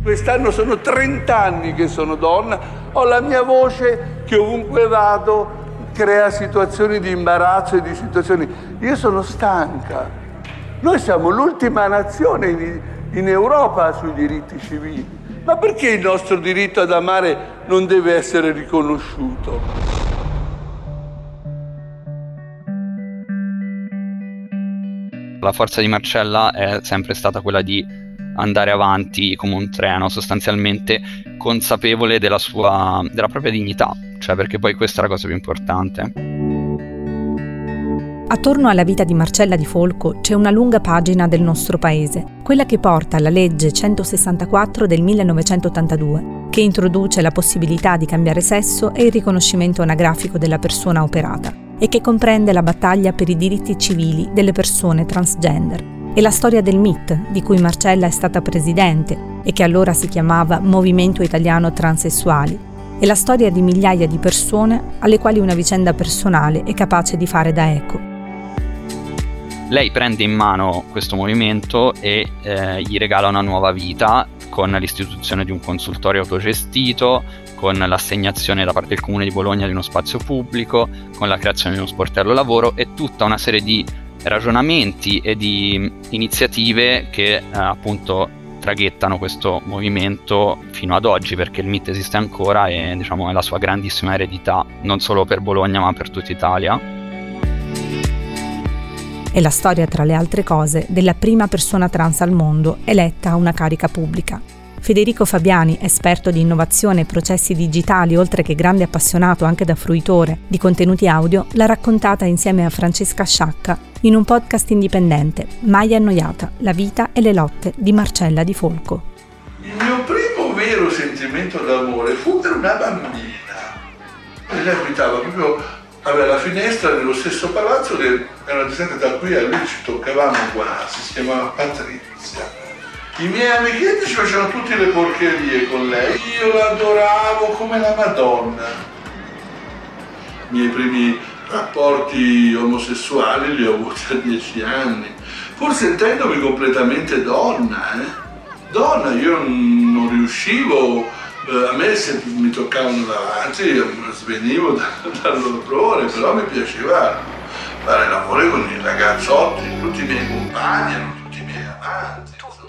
Quest'anno sono 30 anni che sono donna, ho la mia voce che ovunque vado crea situazioni di imbarazzo e di situazioni. Io sono stanca. Noi siamo l'ultima nazione in Europa sui diritti civili. Ma perché il nostro diritto ad amare non deve essere riconosciuto? La forza di Marcella è sempre stata quella di andare avanti come un treno, sostanzialmente consapevole della propria dignità, cioè perché poi questa è la cosa più importante. Attorno alla vita di Marcella Di Folco c'è una lunga pagina del nostro paese, quella che porta alla legge 164 del 1982, che introduce la possibilità di cambiare sesso e il riconoscimento anagrafico della persona operata, e che comprende la battaglia per i diritti civili delle persone transgender, e la storia del MIT, di cui Marcella è stata presidente e che allora si chiamava Movimento Italiano Transessuali, e la storia di migliaia di persone alle quali una vicenda personale è capace di fare da eco. Lei prende in mano questo movimento e gli regala una nuova vita con l'istituzione di un consultorio autogestito, con l'assegnazione da parte del Comune di Bologna di uno spazio pubblico, con la creazione di uno sportello lavoro e tutta una serie di ragionamenti e di iniziative che appunto traghettano questo movimento fino ad oggi, perché il MIT esiste ancora e diciamo è la sua grandissima eredità non solo per Bologna ma per tutta Italia. È la storia, tra le altre cose, della prima persona trans al mondo eletta a una carica pubblica. Federico Fabiani, esperto di innovazione e processi digitali, oltre che grande appassionato anche da fruitore di contenuti audio, l'ha raccontata insieme a Francesca Sciacca in un podcast indipendente, Mai annoiata, la vita e le lotte di Marcella Di Folco. Il mio primo vero sentimento d'amore fu per una bambina. Lei abitava proprio, aveva la finestra dello stesso palazzo che era distante da qui a lì ci toccavamo quasi, si chiamava Patrizia. I miei amichetti ci facevano tutte le porcherie con lei, io l'adoravo come la Madonna. I miei primi rapporti omosessuali li ho avuti a 10 anni, pur sentendomi completamente donna. Donna, io non riuscivo, a me mi toccavano davanti, svenivo dall'orrore, però mi piaceva fare l'amore con i ragazzotti, tutti i miei compagni, erano tutti i miei amanti.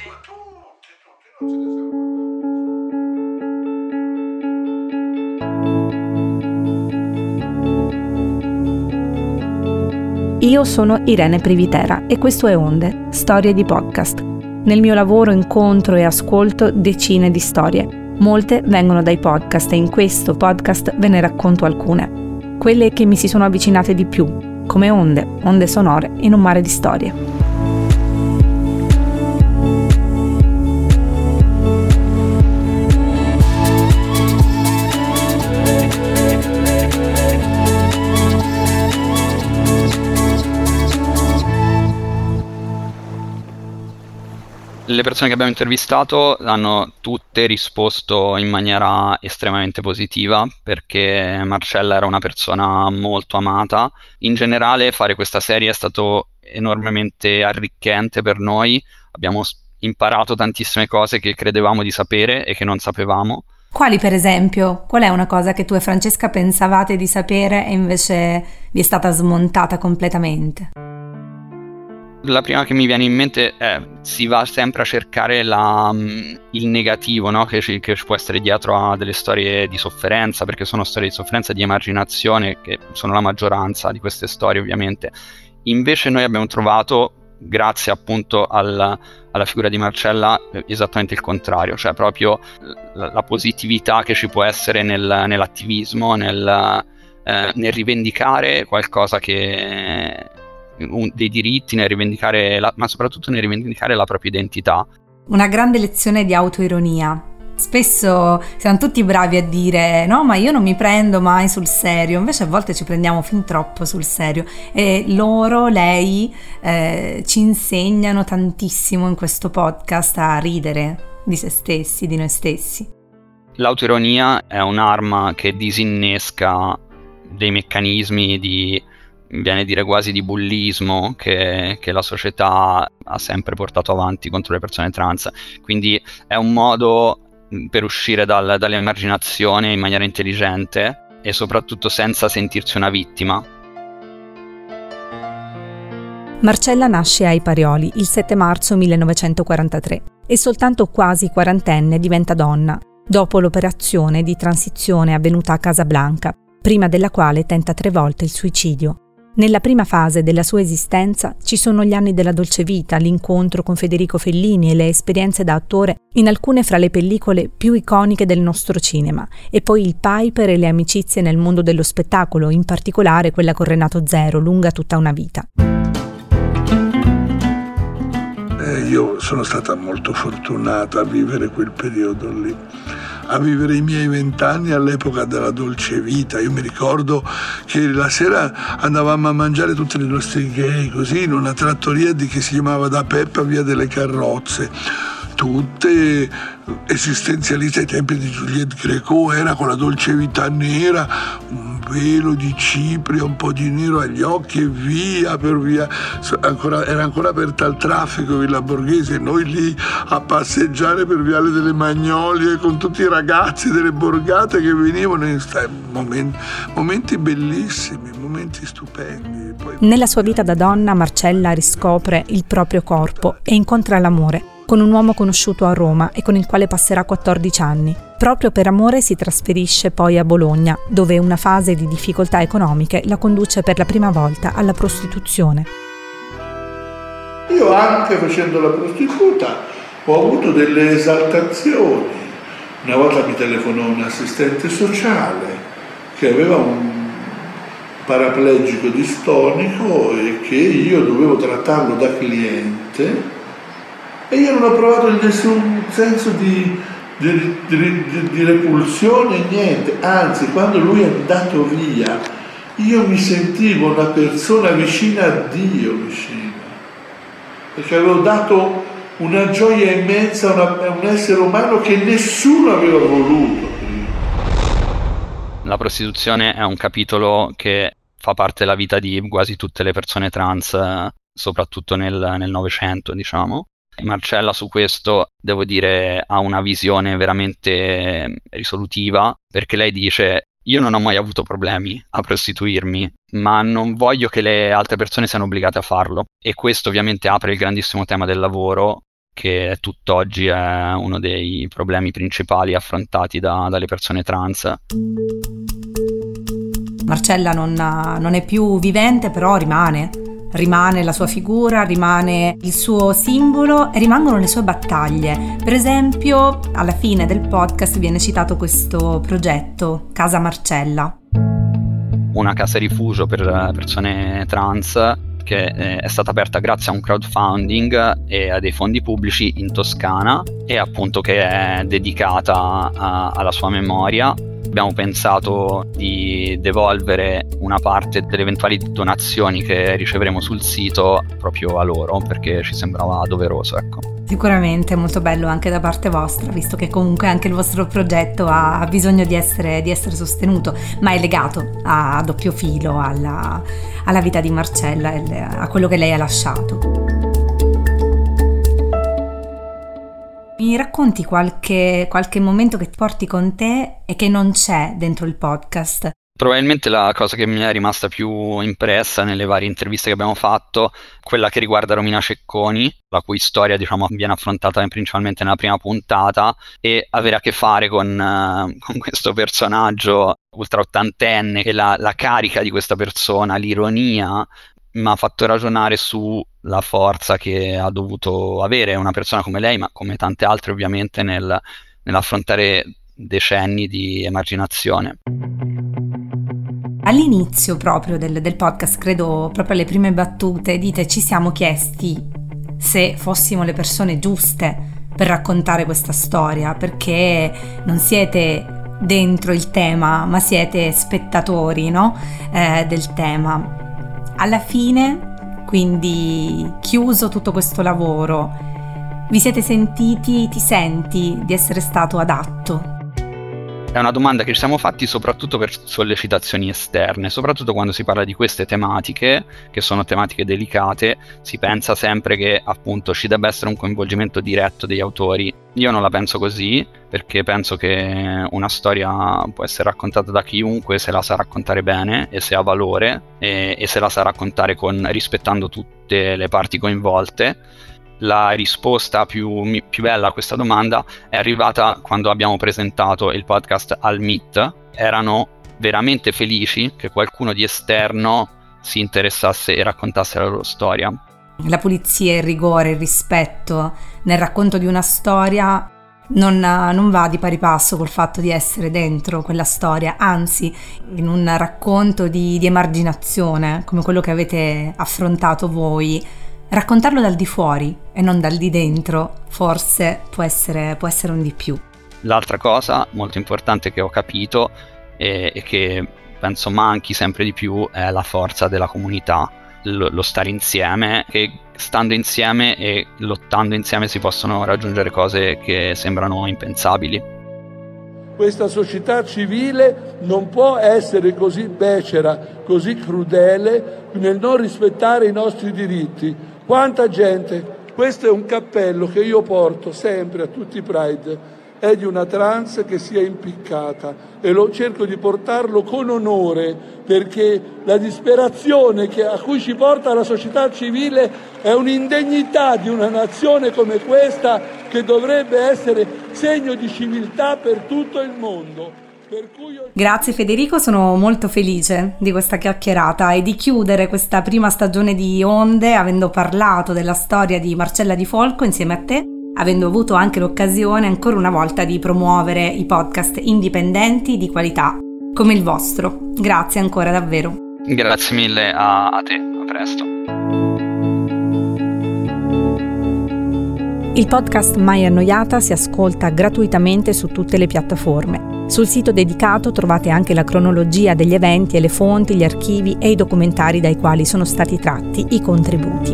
Io sono Irene Privitera e questo è Onde, storie di podcast. Nel mio lavoro incontro e ascolto decine di storie. Molte vengono dai podcast e in questo podcast ve ne racconto alcune. Quelle che mi si sono avvicinate di più, come onde sonore in un mare di storie. Le persone che abbiamo intervistato hanno tutte risposto in maniera estremamente positiva, perché Marcella era una persona molto amata. In generale fare questa serie è stato enormemente arricchente per noi, abbiamo imparato tantissime cose che credevamo di sapere e che non sapevamo. Quali, per esempio? Qual è una cosa che tu e Francesca pensavate di sapere e invece vi è stata smontata completamente? La prima che mi viene in mente è si va sempre a cercare il negativo, no? che ci può essere dietro a delle storie di sofferenza, perché sono storie di sofferenza e di emarginazione che sono la maggioranza di queste storie ovviamente. Invece noi abbiamo trovato, grazie appunto alla figura di Marcella, esattamente il contrario, cioè proprio la positività che ci può essere nell'attivismo, nel rivendicare qualcosa che dei diritti, nel rivendicare ma soprattutto nel rivendicare la propria identità. Una grande lezione di autoironia. Spesso siamo tutti bravi a dire no, ma io non mi prendo mai sul serio, invece a volte ci prendiamo fin troppo sul serio e lei ci insegnano tantissimo in questo podcast a ridere di se stessi, di noi stessi. L'autoironia è un'arma che disinnesca dei meccanismi di viene a dire quasi di bullismo che la società ha sempre portato avanti contro le persone trans. Quindi è un modo per uscire dall'emarginazione in maniera intelligente e soprattutto senza sentirsi una vittima. Marcella nasce ai Parioli il 7 marzo 1943 e soltanto quasi quarantenne diventa donna, dopo l'operazione di transizione avvenuta a Casablanca, prima della quale tenta 3 volte il suicidio. Nella prima fase della sua esistenza ci sono gli anni della dolce vita, l'incontro con Federico Fellini e le esperienze da attore in alcune fra le pellicole più iconiche del nostro cinema, e poi il Piper e le amicizie nel mondo dello spettacolo, in particolare quella con Renato Zero, lunga tutta una vita. Io sono stata molto fortunata a vivere quel periodo lì, a vivere i miei 20 anni all'epoca della dolce vita. Io mi ricordo che la sera andavamo a mangiare tutte le nostre gay così in una trattoria che si chiamava Da Peppa, via delle Carrozze, tutte esistenzialiste ai tempi di Juliette Gréco. Era con la dolce vita nera, un velo di cipria, un po' di nero agli occhi e via per via. Era ancora aperta al traffico Villa Borghese, e noi lì a passeggiare per Viale delle Magnolie con tutti i ragazzi delle borgate che venivano in momenti bellissimi, momenti stupendi. Poi... Nella sua vita da donna Marcella riscopre il proprio corpo e incontra l'amore con un uomo conosciuto a Roma e con il quale passerà 14 anni. Proprio per amore si trasferisce poi a Bologna, dove una fase di difficoltà economiche la conduce per la prima volta alla prostituzione. Io anche facendo la prostituta ho avuto delle esaltazioni. Una volta mi telefonò un assistente sociale che aveva un paraplegico distonico e che io dovevo trattarlo da cliente, e io non ho provato nessun senso di repulsione, niente. Anzi, quando lui è andato via, io mi sentivo una persona vicina a Dio, perché avevo dato una gioia immensa a un essere umano che nessuno aveva voluto. La prostituzione è un capitolo che fa parte della vita di quasi tutte le persone trans, soprattutto nel Novecento, diciamo. Marcella su questo, devo dire, ha una visione veramente risolutiva, perché lei dice: io non ho mai avuto problemi a prostituirmi, ma non voglio che le altre persone siano obbligate a farlo. E questo ovviamente apre il grandissimo tema del lavoro, che tutt'oggi è uno dei problemi principali affrontati dalle persone trans. Marcella non è più vivente, però rimane la sua figura, rimane il suo simbolo e rimangono le sue battaglie. Per esempio, alla fine del podcast viene citato questo progetto, Casa Marcella. Una casa rifugio per persone trans che è stata aperta grazie a un crowdfunding e a dei fondi pubblici in Toscana, e appunto che è dedicata alla sua memoria. Abbiamo pensato di devolvere una parte delle eventuali donazioni che riceveremo sul sito proprio a loro, perché ci sembrava doveroso, ecco. Sicuramente è molto bello anche da parte vostra, visto che comunque anche il vostro progetto ha bisogno di essere sostenuto, ma è legato a doppio filo alla vita di Marcella e a quello che lei ha lasciato. Mi racconti qualche momento che ti porti con te e che non c'è dentro il podcast? Probabilmente la cosa che mi è rimasta più impressa nelle varie interviste che abbiamo fatto, quella che riguarda Romina Cecconi, la cui storia, diciamo, viene affrontata principalmente nella prima puntata, e avere a che fare con questo personaggio ultra ottantenne, e la carica di questa persona, l'ironia, mi ha fatto ragionare sulla forza che ha dovuto avere una persona come lei, ma come tante altre ovviamente, nell'affrontare decenni di emarginazione. All'inizio proprio del podcast, credo proprio alle prime battute, dite: ci siamo chiesti se fossimo le persone giuste per raccontare questa storia, perché non siete dentro il tema, ma siete spettatori, no? Del tema. Alla fine, quindi chiuso tutto questo lavoro, vi siete sentiti, ti senti di essere stato adatto? È una domanda che ci siamo fatti soprattutto per sollecitazioni esterne, soprattutto quando si parla di queste tematiche, che sono tematiche delicate, si pensa sempre che appunto ci debba essere un coinvolgimento diretto degli autori. Io non la penso così, perché penso che una storia può essere raccontata da chiunque se la sa raccontare bene e se ha valore e se la sa raccontare rispettando tutte le parti coinvolte. La risposta più bella a questa domanda è arrivata quando abbiamo presentato il podcast al Meet. Erano veramente felici che qualcuno di esterno si interessasse e raccontasse la loro storia. La pulizia, il rigore, il rispetto nel racconto di una storia non va di pari passo col fatto di essere dentro quella storia, anzi in un racconto di emarginazione come quello che avete affrontato voi, raccontarlo dal di fuori e non dal di dentro forse può essere un di più. L'altra cosa molto importante che ho capito e che penso manchi sempre di più è la forza della comunità, lo stare insieme, che stando insieme e lottando insieme si possono raggiungere cose che sembrano impensabili. Questa società civile non può essere così becera, così crudele nel non rispettare i nostri diritti. Quanta gente, questo è un cappello che io porto sempre a tutti i Pride, è di una trans che si è impiccata e cerco di portarlo con onore, perché la disperazione a cui ci porta la società civile è un'indegnità di una nazione come questa che dovrebbe essere segno di civiltà per tutto il mondo. Grazie Federico, sono molto felice di questa chiacchierata e di chiudere questa prima stagione di Onde avendo parlato della storia di Marcella Di Folco insieme a te, avendo avuto anche l'occasione ancora una volta di promuovere i podcast indipendenti di qualità come il vostro. Grazie ancora davvero. Grazie mille a te, a presto. Il podcast Mai Annoiata si ascolta gratuitamente su tutte le piattaforme. Sul sito dedicato trovate anche la cronologia degli eventi e le fonti, gli archivi e i documentari dai quali sono stati tratti i contributi.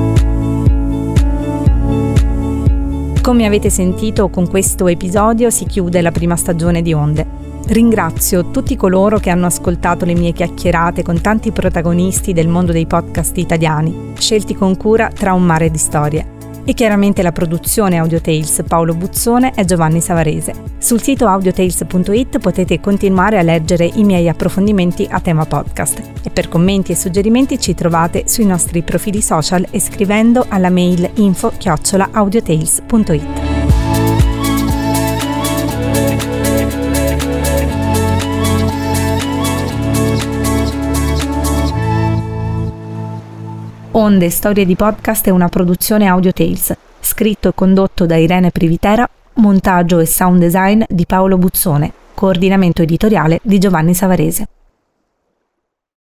Come avete sentito, con questo episodio si chiude la prima stagione di Onde. Ringrazio tutti coloro che hanno ascoltato le mie chiacchierate con tanti protagonisti del mondo dei podcast italiani, scelti con cura tra un mare di storie. E chiaramente la produzione Audiotales Paolo Buzzone e Giovanni Savarese. Sul sito audiotales.it potete continuare a leggere i miei approfondimenti a tema podcast e per commenti e suggerimenti ci trovate sui nostri profili social e scrivendo alla mail info@audiotales.it. Onde, storie di podcast è una produzione Audiotales, scritto e condotto da Irene Privitera, montaggio e sound design di Paolo Buzzone, coordinamento editoriale di Giovanni Savarese.